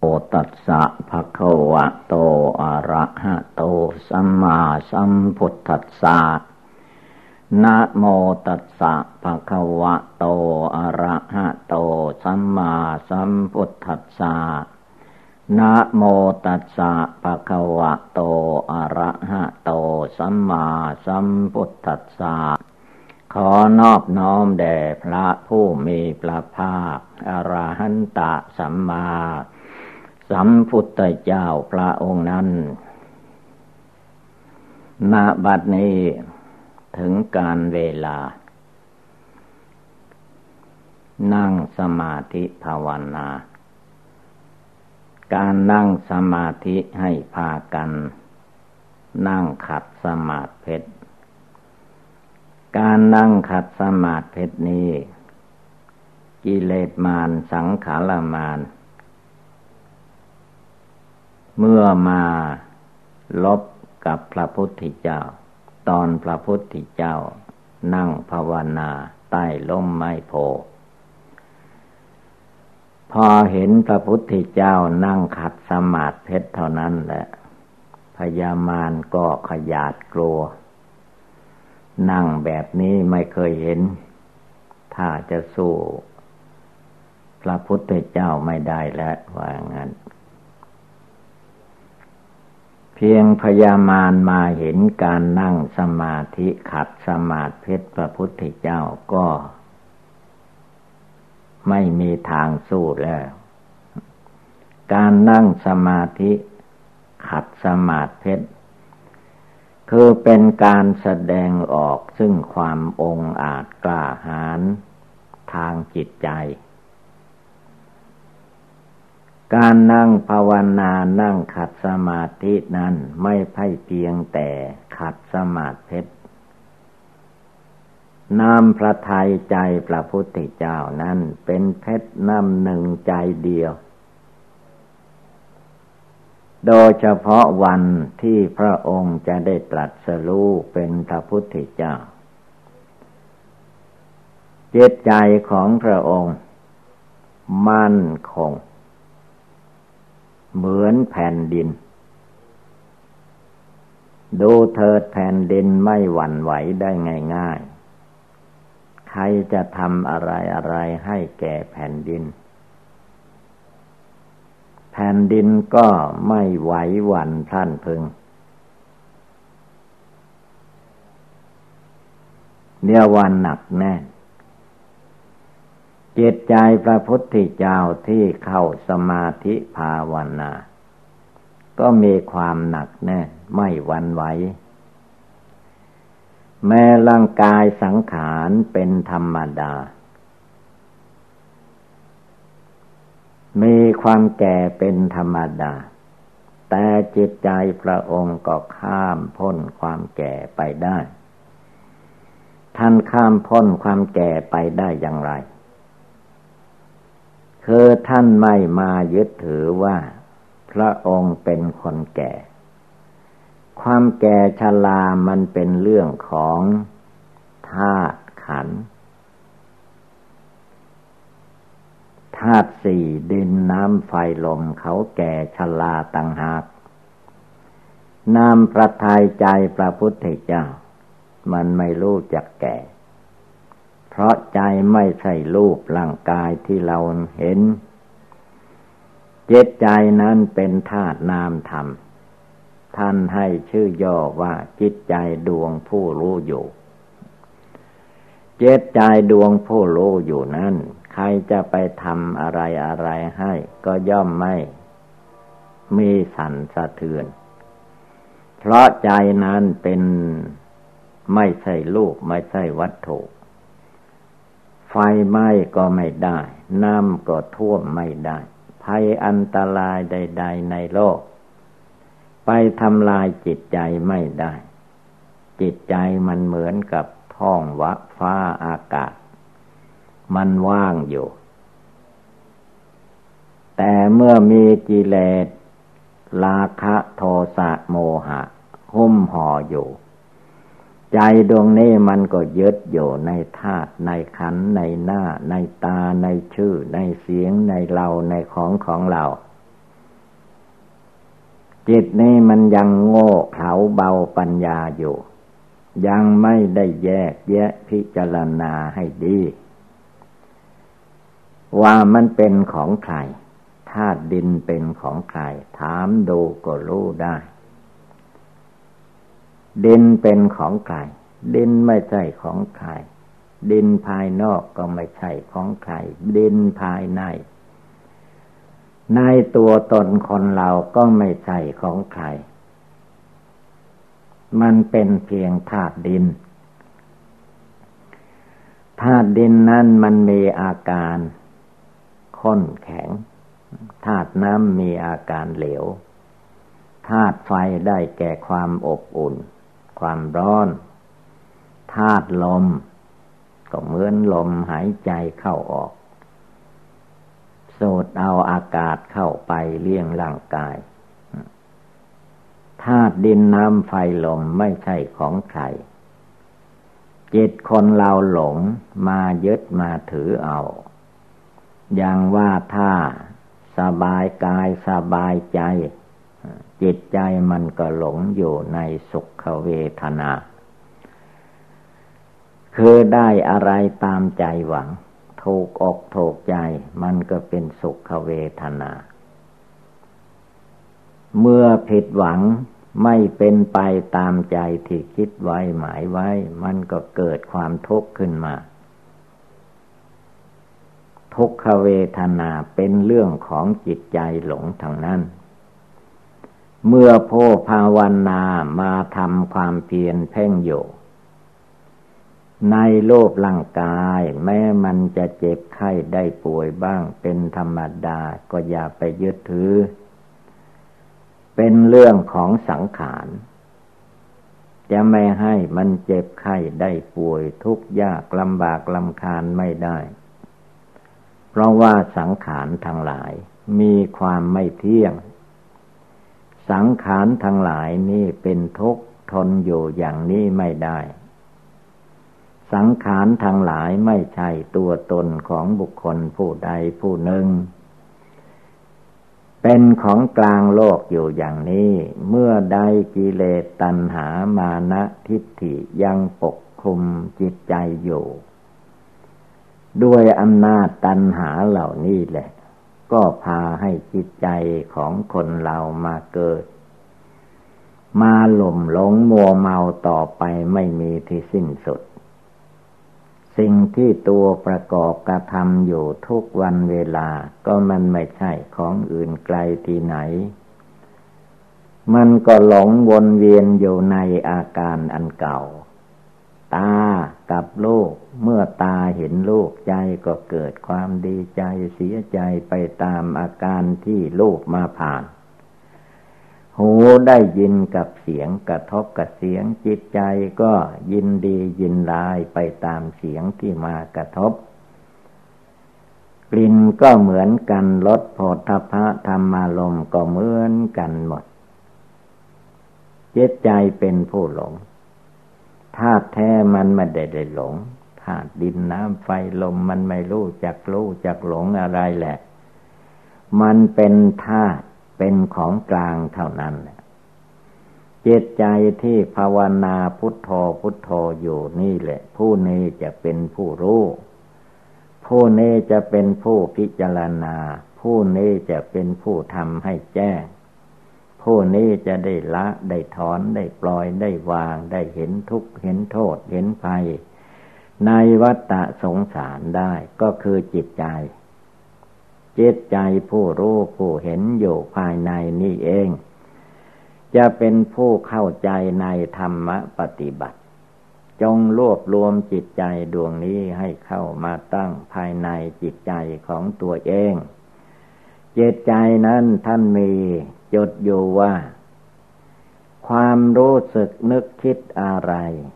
ตัสสะภะคะวะโตอะระหะโตสัมมาสัมพุทธัสสะนะโมตัสสะภะคะวะโตอะระหะโตสัมมาสัมพุทธัสสะนะโมตัสสะภะคะวะโตอะระหะโตสัมมาสัมพุทธัสสะขอนอบน้อมแด่พระผู้มีพระภาคอรหันตสัมมาสัมพุทธเจ้าพระองค์นั้นณบัดนี้ถึงการเวลานั่งสมาธิภาวนาการนั่งสมาธิให้พากันนั่งขัดสมาธิการนั่งขัดสมาธินี้กิเลสมารสังขารมารเมื่อมาลบกับพระพุทธเจ้าตอนพระพุทธเจ้านั่งภาวนาใต้ร่มไม้โพธิ์พอเห็นพระพุทธเจ้านั่งขัดสมาธิเท่านั้นแหละพญามารก็ขยาดกลัวนั่งแบบนี้ไม่เคยเห็นถ้าจะสู้พระพุทธเจ้าไม่ได้แล้วว่างั้นเพียงพญามารมาเห็นการนั่งสมาธิขัดสมาธิพระพุทธเจ้าก็ไม่มีทางสู้แล้วการนั่งสมาธิขัดสมาธิคือเป็นการแสดงออกซึ่งความองอาจกล้าหาญทางจิตใจการนั่งภาวนานั่งขัดสมาธินั้นไม่ใช่เพียงแต่ขัดสมาธิน้ำพระทัยใจพระพุทธเจ้านั้นเป็นเพชรน้ำหนึ่งใจเดียวโดยเฉพาะวันที่พระองค์จะได้ตรัสรู้เป็นพระพุทธเจ้าจิตใจของพระองค์มั่นคงเหมือนแผ่นดินดูเถิดแผ่นดินไม่หวั่นไหวได้ง่ายๆใครจะทำอะไรให้แก่แผ่นดินแผ่นดินก็ไม่ไหวหวั่นพลันพรึงเรียกว่าหนักแน่นจิตใจพระพุทธเจ้าที่เข้าสมาธิภาวนาก็มีความหนักแน่นไม่หวั่นไหวแม้ร่างกายสังขารเป็นธรรมดามีความแก่เป็นธรรมดาแต่จิตใจพระองค์ก็ข้ามพ้นความแก่ไปได้ท่านข้ามพ้นความแก่ไปได้อย่างไรคือท่านไม่มายึดถือว่าพระองค์เป็นคนแก่ความแก่ชรามันเป็นเรื่องของธาตุขันธ์ธาตุสี่ดินน้ำไฟลมเขาแก่ชราต่างหากน้ำพระทัยใจพระพุทธเจ้ามันไม่รู้จักแก่เพราะใจไม่ใช่รูปร่างกายที่เราเห็นจิตใจนั้นเป็นธาตุนามธรรมท่านให้ชื่อย่อว่าจิตใจดวงผู้รู้อยู่จิตใจดวงผู้รู้อยู่นั้นใครจะไปทำอะไรให้ก็ย่อมไม่มีสั่นสะเทือนเพราะใจนั้นเป็นไม่ใช่รูปไม่ใช่วัตถุไฟไหม้ก็ไม่ได้น้ำก็ท่วมไม่ได้ภัยอันตรายใดๆในโลกไปทำลายจิตใจไม่ได้จิตใจมันเหมือนกับท้องฟ้าอากาศมันว่างอยู่แต่เมื่อมีกิเลสราคะโทสะโมหะหุ้มห่ออยู่ใจดวงนี้มันก็ยึดอยู่ในธาตุในขันธ์ในหน้าในตาในชื่อในเสียงในเราในของเราจิตนี้มันยังโง่เขลาเบาปัญญาอยู่ยังไม่ได้แยกแยะพิจารณาให้ดีว่ามันเป็นของใครธาตุดินเป็นของใครถามดูก็รู้ได้ดินเป็นของใครดินไม่ใช่ของใครดินภายนอกก็ไม่ใช่ของใครดินภายในในตัวตนคนเราก็ไม่ใช่ของใครมันเป็นเพียงธาตุดินธาตุดินนั้นมันมีอาการข้นแข็งธาตุน้ำมีอาการเหลวธาตุไฟได้แก่ความอบอุ่นความร้อนธาตุลมก็เหมือนลมหายใจเข้าออกสูดเอาอากาศเข้าไปเลี้ยงร่างกายธาตุดินน้ำไฟลมไม่ใช่ของใครจิตคนเราหลงมายึดมาถือเอาอย่างว่าถ้าสบายกายสบายใจจิตใจมันก็หลงอยู่ในสุขเวทนาคือได้อะไรตามใจหวังถูกอกถูกใจมันก็เป็นสุขเวทนาเมื่อผิดหวังไม่เป็นไปตามใจที่คิดไว้หมายไว้มันก็เกิดความทุกข์ขึ้นมาทุกขเวทนาเป็นเรื่องของจิตใจหลงทางนั้นเมื่อผู้ภาวนามาทำความเพียรเพ่งอยู่ในโลกร่างกายแม้มันจะเจ็บไข้ได้ป่วยบ้างเป็นธรรมดาก็อย่าไปยึดถือเป็นเรื่องของสังขารจะไม่ให้มันเจ็บไข้ได้ป่วยทุกข์ยากลำบากลำคาญไม่ได้เพราะว่าสังขารทั้งหลายมีความไม่เที่ยงสังขารทั้งหลายนี่เป็นทุกข์ทนอยู่อย่างนี้ไม่ได้สังขารทั้งหลายไม่ใช่ตัวตนของบุคคลผู้ใดผู้หนึ่งเป็นของกลางโลกอยู่อย่างนี้เมื่อใดกิเลสตัณหามานะทิฏฐิยังปกคลุมจิตใจอยู่ด้วยอำนาจตัณหาเหล่านี้แหละก็พาให้จิตใจของคนเรามาเกิดมาหลงมัวเมาต่อไปไม่มีที่สิ้นสุดสิ่งที่ตัวประกอบกระทำอยู่ทุกวันเวลาก็มันไม่ใช่ของอื่นไกลที่ไหนมันก็หลงวนเวียนอยู่ในอาการอันเก่าตากับลูกเมื่อตาเห็นลูกใจก็เกิดความดีใจเสียใจไปตามอาการที่ลูกมาผ่านหูได้ยินกับเสียงกระทบกับเสียงจิตใจก็ยินดียินร้ายไปตามเสียงที่มากระทบกลิ่นก็เหมือนกันรสโผฏฐัพพะธรรมารมณ์ก็เหมือนกันหมดจิตใจเป็นผู้หลงธาตุแท้มันไม่ได้หลงธาตุดินน้ำไฟลมมันไม่รู้จักหลงอะไรแหละมันเป็นธาตุเป็นของกลางเท่านั้นจิตใจที่ภาวนาพุทโธพุทโธอยู่นี่แหละผู้นี้จะเป็นผู้รู้ผู้นี้จะเป็นผู้พิจารณาผู้นี้จะเป็นผู้ทำให้แจ้งผู้นี้จะได้ละได้ถอนได้ปล่อยได้วางได้เห็นทุกข์เห็นโทษเห็นภัยในวัฏฏะสงสารได้ก็คือจิตใจจิตใจผู้รู้ผู้เห็นอยู่ภายในนี่เองจะเป็นผู้เข้าใจในธรรมปฏิบัติจงรวบรวมจิตใจดวงนี้ให้เข้ามาตั้งภายในจิตใจของตัวเองจิตใจนั้นท่านมีจดอยู่ว่าความรู้สึกนึกคิดอะไร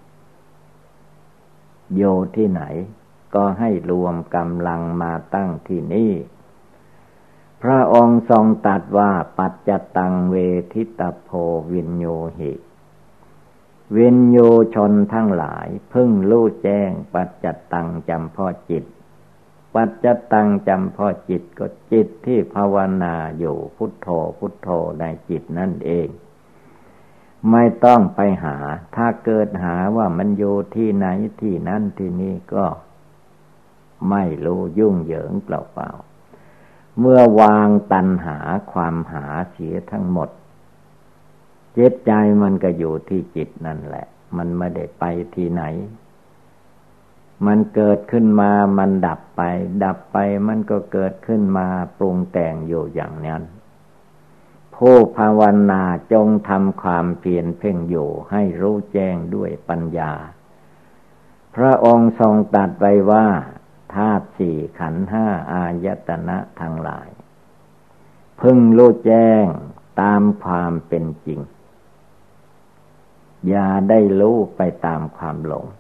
อยู่ที่ไหนก็ให้รวมกำลังมาตั้งที่นี่พระองค์ทรงตรัสว่าปัจจตังเวทิตโพวินโยหิวินโยชนทั้งหลายพึ่งรู้แจ้งปัจจตังจำเพาะจิตปัจจตังจำเพาะจิตก็จิตที่ภาวนาอยู่พุทโธพุทโธในจิตนั่นเองไม่ต้องไปหาถ้าเกิดหาว่ามันอยู่ที่ไหนที่นั่นที่นี่ก็ไม่รู้ยุ่งเหยิงเปล่าๆเมื่อวางตัณหาความหาเสียทั้งหมดจิตใจมันก็อยู่ที่จิตนั่นแหละมันไม่ได้ไปที่ไหนมันเกิดขึ้นมามันดับไปดับไปมันก็เกิดขึ้นมาปรุงแต่งอยู่อย่างนั้นผู้ภาวนาจงทำความเพียรเพ่งอยู่ให้รู้แจ้งด้วยปัญญาพระองค์ทรงตรัสไว้ว่าธาตุสี่ขันธ์ห้าอายตนะทั้งหลายพึงรู้แจ้งตามความเป็นจริงอย่าได้รู้ไปตามความหลง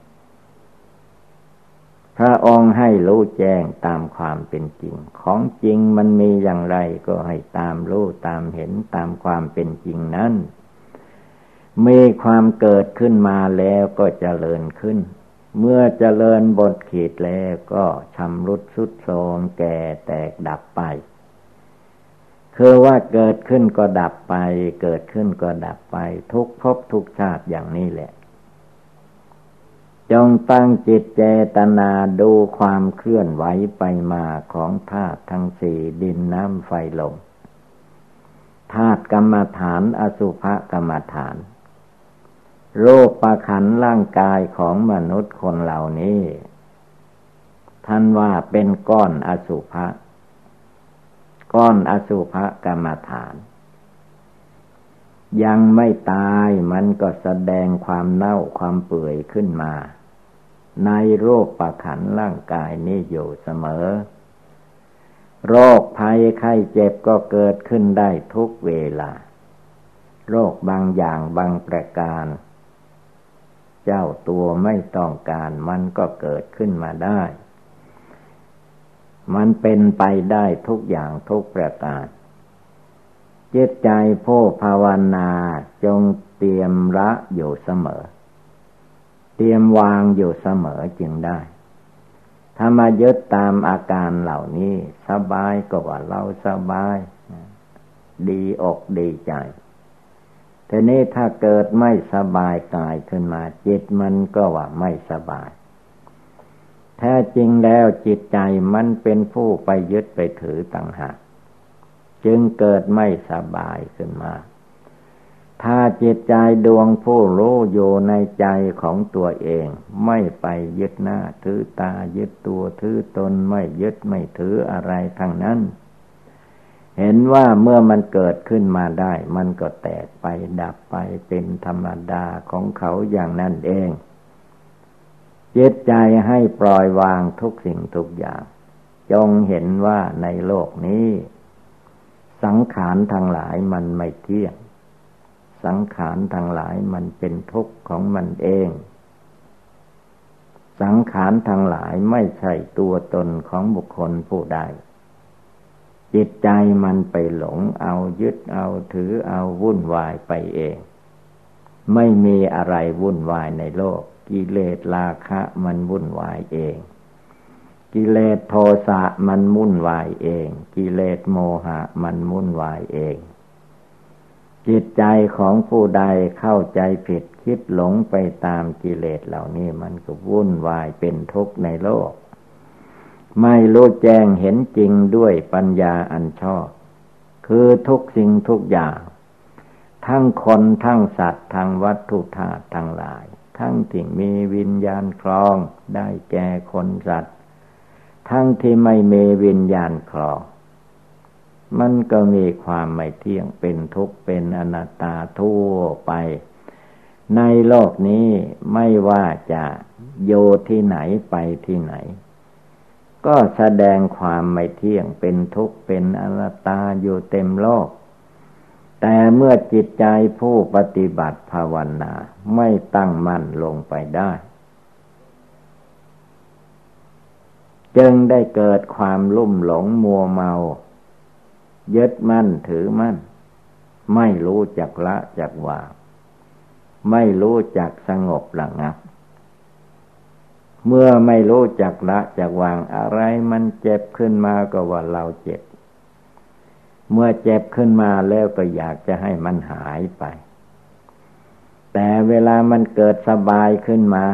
พระองค์ให้รู้แจ้งตามความเป็นจริงของจริงมันมีอย่างไรก็ให้ตามรู้ตามเห็นตามความเป็นจริงนั้นมีความเกิดขึ้นมาแล้วก็เจริญขึ้นเมื่อเจริญบทขีดแล้วก็ชำรุดทรุดโทรมแก่แตกดับไปคือว่าเกิดขึ้นก็ดับไปเกิดขึ้นก็ดับไปทุกภพทุกชาติอย่างนี้แหละจงตั้งจิตเจตนาดูความเคลื่อนไหวไปมาของธาตุทั้งสี่ดินน้ำไฟลมธาตุกรรมฐานอสุภกรรมฐานรูปขันธ์ร่างกายของมนุษย์คนเหล่านี้ท่านว่าเป็นก้อนอสุภะก้อนอสุภกรรมฐานยังไม่ตายมันก็แสดงความเน่าความเปื่อยขึ้นมาในรูปขันธ์ร่างกายนี้อยู่เสมอโรคภัยไข้เจ็บก็เกิดขึ้นได้ทุกเวลาโรคบางอย่างบางประการเจ้าตัวไม่ต้องการมันก็เกิดขึ้นมาได้มันเป็นไปได้ทุกอย่างทุกประการจิตใจผู้ภาวนาจงเตรียมละอยู่เสมอเตรียมวางอยู่เสมอจึงได้ถ้ามายึดตามอาการเหล่านี้สบายก็ว่าเราสบายดีอกดีใจทีนี้ถ้าเกิดไม่สบายกายขึ้นมาจิตมันก็ว่าไม่สบายแท้จริงแล้วจิตใจมันเป็นผู้ไปยึดไปถือต่างหากจึงเกิดไม่สบายขึ้นมาถ้าจิตใจดวงผู้รู้อยู่ในใจของตัวเองไม่ไปยึดหน้าถือตายึดตัวถือตนไม่ยึดไม่ถืออะไรทั้งนั้นเห็นว่าเมื่อมันเกิดขึ้นมาได้มันก็แตกไปดับไปเป็นธรรมดาของเขาอย่างนั้นเองจิตใจให้ปล่อยวางทุกสิ่งทุกอย่างจงเห็นว่าในโลกนี้สังขารทั้งหลายมันไม่เที่ยงสังขารทั้งหลายมันเป็นทุกข์ของมันเองสังขารทั้งหลายไม่ใช่ตัวตนของบุคคลผู้ใดจิตใจมันไปหลงเอายึดเอาถือเอาวุ่นวายไปเองไม่มีอะไรวุ่นวายในโลกกิเลสราคะมันวุ่นวายเองกิเลสโทสะมันวุ่นวายเองกิเลสโมหะมันวุ่นวายเองจิตใจของผู้ใดเข้าใจผิดคิดหลงไปตามกิเลสเหล่านี้มันก็วุ่นวายเป็นทุกข์ในโลกไม่รู้แจ้งเห็นจริงด้วยปัญญาอันชอบคือทุกสิ่งทุกอย่างทั้งคนทั้งสัตว์ทั้งวัตถุธาตุทั้งหลายทั้งที่มีวิญญาณครองได้แก่คนสัตว์ทั้งที่ไม่มีวิญญาณครองมันก็มีความไม่เที่ยงเป็นทุกข์เป็นอนัตตาทั่วไปในโลกนี้ไม่ว่าจะอยู่ที่ไหนไปที่ไหนก็แสดงความไม่เที่ยงเป็นทุกข์เป็นอนัตตาอยู่เต็มโลกแต่เมื่อจิตใจผู้ปฏิบัติภาวนาไม่ตั้งมั่นลงไปได้จึงได้เกิดความลุ่มหลงมัวเมายึดมั่นถือมั่นไม่รู้จักละจักวางไม่รู้จักสงบระงับเมื่อไม่รู้จักละจักวางอะไรมันเจ็บขึ้นมาก็ว่าเราเจ็บเมื่อเจ็บขึ้นมาแล้วก็อยากจะให้มันหายไปแต่เวลามันเกิดสบายขึ้นมา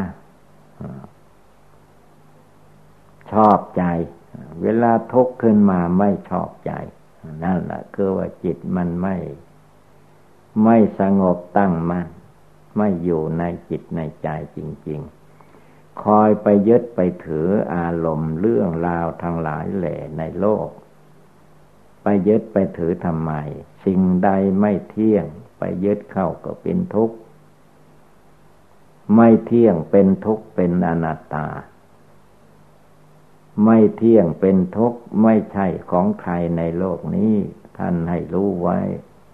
ชอบใจเวลาทุกข์ขึ้นมาไม่ชอบใจนั่นแหละคือว่าจิตมันไม่สงบตั้งมั่นไม่อยู่ในจิตในใจจริงๆคอยไปยึดไปถืออารมณ์เรื่องราวทั้งหลายแหล่ในโลกไปยึดไปถือทำไมสิ่งใดไม่เที่ยงไปยึดเข้าก็เป็นทุกข์ไม่เที่ยงเป็นทุกข์เป็นอนัตตาไม่เที่ยงเป็นทุกข์ไม่ใช่ของใครในโลกนี้ท่านให้รู้ไว้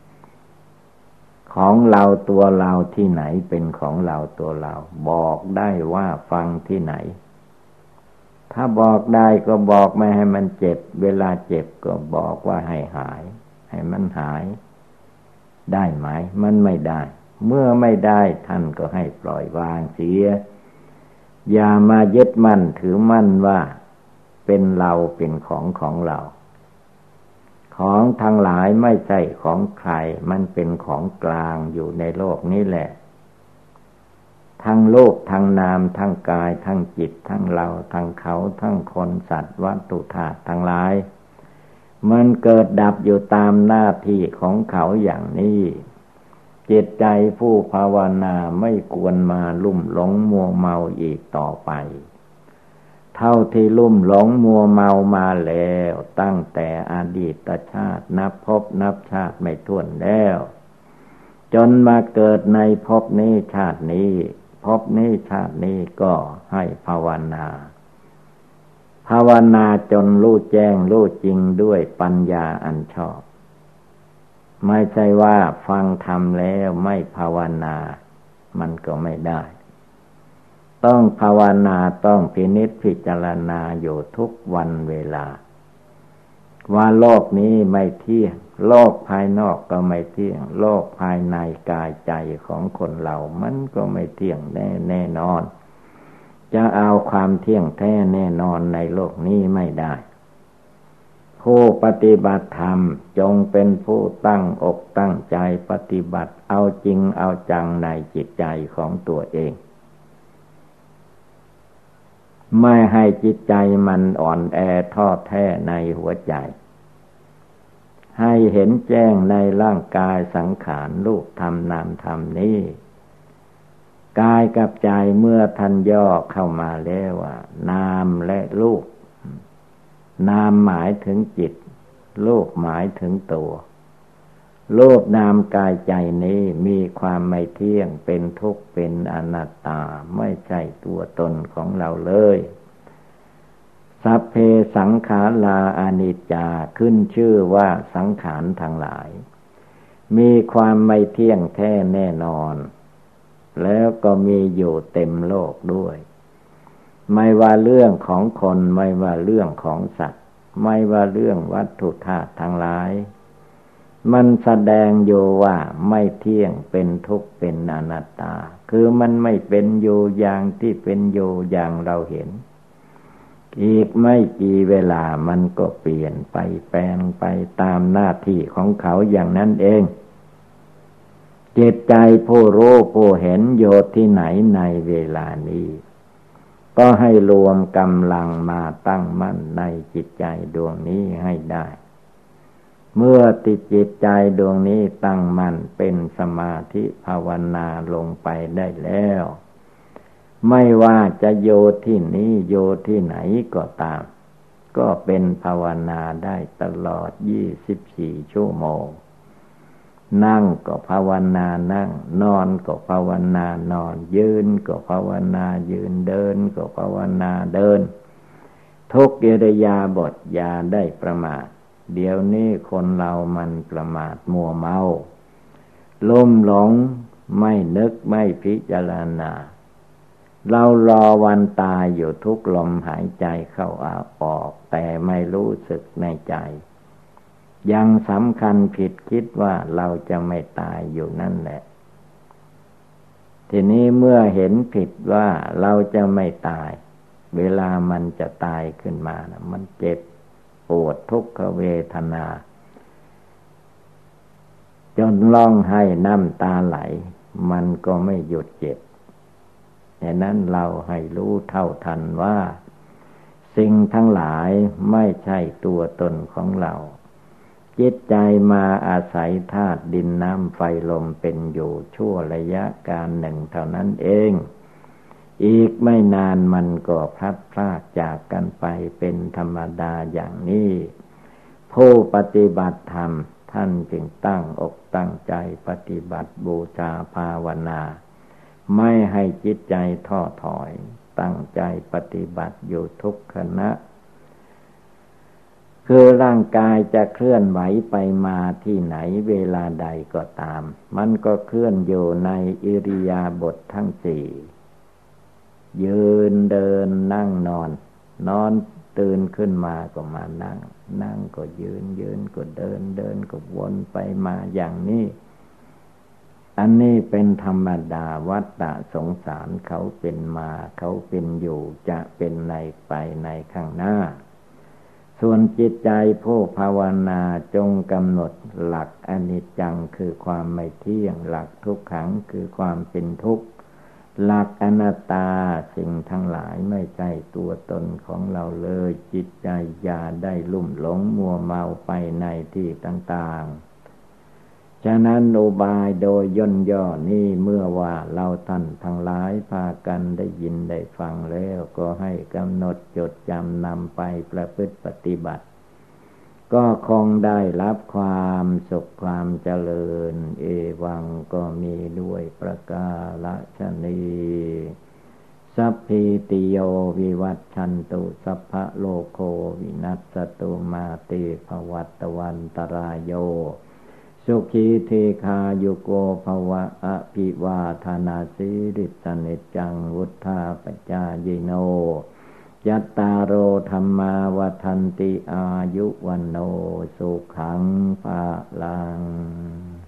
ของเราตัวเราที่ไหนเป็นของเราตัวเราบอกได้ว่าฟังที่ไหนถ้าบอกได้ก็บอกไม่ให้มันเจ็บเวลาเจ็บก็บอกว่าให้หายให้มันหายได้ไหมมันไม่ได้เมื่อไม่ได้ท่านก็ให้ปล่อยวางเสียอย่ามายึดมั่นถือมั่นว่าเป็นเราเป็นของเราของทั้งหลายไม่ใช่ของใครมันเป็นของกลางอยู่ในโลกนี้แหละทั้งโลกทั้งนามทั้งกายทั้งจิตทั้งเราทั้งเขาทั้งคนสัตว์วัตถุธาตุทั้งหลายมันเกิดดับอยู่ตามหน้าที่ของเขาอย่างนี้จิตใจผู้ภาวนาไม่ควรมาลุ่มหลงมัวเมาอีกต่อไปเท่าที่ลุ่มหลงมัวเมามาแล้วตั้งแต่อดีตชาตินับภพนับชาติไม่ถ้วนแล้วจนมาเกิดในภพนี้ชาตินี้ภพนี้ชาตินี้ก็ให้ภาวนาจนรู้แจ้งรู้จริงด้วยปัญญาอันชอบไม่ใช่ว่าฟังธรรมแล้วไม่ภาวนามันก็ไม่ได้ต้องภาวนาต้องพินิจพิจารณาอยู่ทุกวันเวลาว่าโลกนี้ไม่เที่ยงโลกภายนอกก็ไม่เที่ยงโลกภายในกายใจของคนเรามันก็ไม่เที่ยงแน่นอนจะเอาความเที่ยงแท้แน่นอนในโลกนี้ไม่ได้ผู้ปฏิบัติธรรมจงเป็นผู้ตั้งอกตั้งใจปฏิบัติเอาจริงเอาจังในจิตใจของตัวเองไม่ให้จิตใจมันอ่อนแอท้อแท้ในหัวใจให้เห็นแจ้งในร่างกายสังขารรูปธรรมนามธรรมนี้กายกับใจเมื่อท่านย่อเข้ามาแล้วว่านามและรูปนามหมายถึงจิตรูปหมายถึงตัวรูปนามกายใจนี้มีความไม่เที่ยงเป็นทุกข์เป็นอนัตตาไม่ใช่ตัวตนของเราเลยสัพเพสังขาราอนิจจาขึ้นชื่อว่าสังขารทั้งหลายมีความไม่เที่ยงแท้แน่นอนแล้วก็มีอยู่เต็มโลกด้วยไม่ว่าเรื่องของคนไม่ว่าเรื่องของสัตว์ไม่ว่าเรื่องวัตถุธาตุทั้งหลายมันแสดงอยู่ว่าไม่เที่ยงเป็นทุกข์เป็นอนัตตาคือมันไม่เป็นอยู่อย่างที่เป็นอยู่อย่างเราเห็นอีกไม่กี่เวลามันก็เปลี่ยนไปแปลงไปตามหน้าที่ของเขาอย่างนั้นเองจิตใจผู้รู้ผู้เห็นอยู่ที่ไหนในเวลานี้ก็ให้รวมกำลังมาตั้งมั่นในจิตใจดวงนี้ให้ได้เมื่อติดจิตใจดวงนี้ตั้งมั่นเป็นสมาธิภาวนาลงไปได้แล้วไม่ว่าจะโยที่นี้โยที่ไหนก็ตามก็เป็นภาวนาได้ตลอด24 ชั่วโมงนั่งก็ภาวนานั่งนอนก็ภาวนานอนยืนก็ภาวนายืนเดินก็ภาวนาเดินทุกอิริยาบถอย่าได้ประมาทเดี๋ยวนี้คนเรามันประมาทมัวเมาลุ่มหลงไม่นึกไม่พิจารณาเรารอวันตายอยู่ทุกลมหายใจเข้าออกแต่ไม่รู้สึกในใจยังสำคัญผิดคิดว่าเราจะไม่ตายอยู่นั่นแหละทีนี้เมื่อเห็นผิดว่าเราจะไม่ตายเวลามันจะตายขึ้นมานะมันเจ็บปวดทุกขเวทนาจนร้องไห้น้ำตาไหลมันก็ไม่หยุดเจ็บดังนั้นเราให้รู้เท่าทันว่าสิ่งทั้งหลายไม่ใช่ตัวตนของเราจิตใจมาอาศัยธาตุดินน้ำไฟลมเป็นอยู่ชั่วระยะการหนึ่งเท่านั้นเองอีกไม่นานมันก็พลัดพรากจากกันไปเป็นธรรมดาอย่างนี้ผู้ปฏิบัติธรรมท่านจึงตั้งอกตั้งใจปฏิบัติบูชาภาวนาไม่ให้จิตใจท้อถอยตั้งใจปฏิบัติอยู่ทุกขณะคือร่างกายจะเคลื่อนไหวไปมาที่ไหนเวลาใดก็ตามมันก็เคลื่อนอยู่ในอิริยาบถทั้งสี่ยืนเดินนั่งนอนนอนตื่นขึ้นมาก็มานั่งนั่งก็ยืนยืนก็เดินเดินก็วนไปมาอย่างนี้อันนี้เป็นธรรมดาวัฏฏะสงสารเขาเป็นมาเขาเป็นอยู่จะเป็นในไปในข้างหน้าส่วนจิตใจผู้ภาวนาจงกำหนดหลักอนิจจังคือความไม่เที่ยงหลักทุกขังคือความเป็นทุกข์หลักอนัตตาสิ่งทั้งหลายไม่ใช่ตัวตนของเราเลยจิตใจอย่าได้ลุ่มหลงมัวเมาไปในที่ต่างๆฉะนั้นอุบายโดยย่นย่อนี้เมื่อว่าเราท่านทั้งหลายพากันได้ยินได้ฟังแล้วก็ให้กำหนดจดจำนำไปประพฤติปฏิบัติก็คงได้รับความสุขความเจริญเอวังก็มีด้วยประกาศนีสัพพิติโยวิวัชชันตุสัพพะโลกโควินัสตุมาเตภวัตวันตรายโยสุขีเทคายุโกภวะอภิวาทนาสิริสนิจจังวุธาปจายโนยัตตารโอธรรมาวทันติอายุวันโนสุขังภาลัง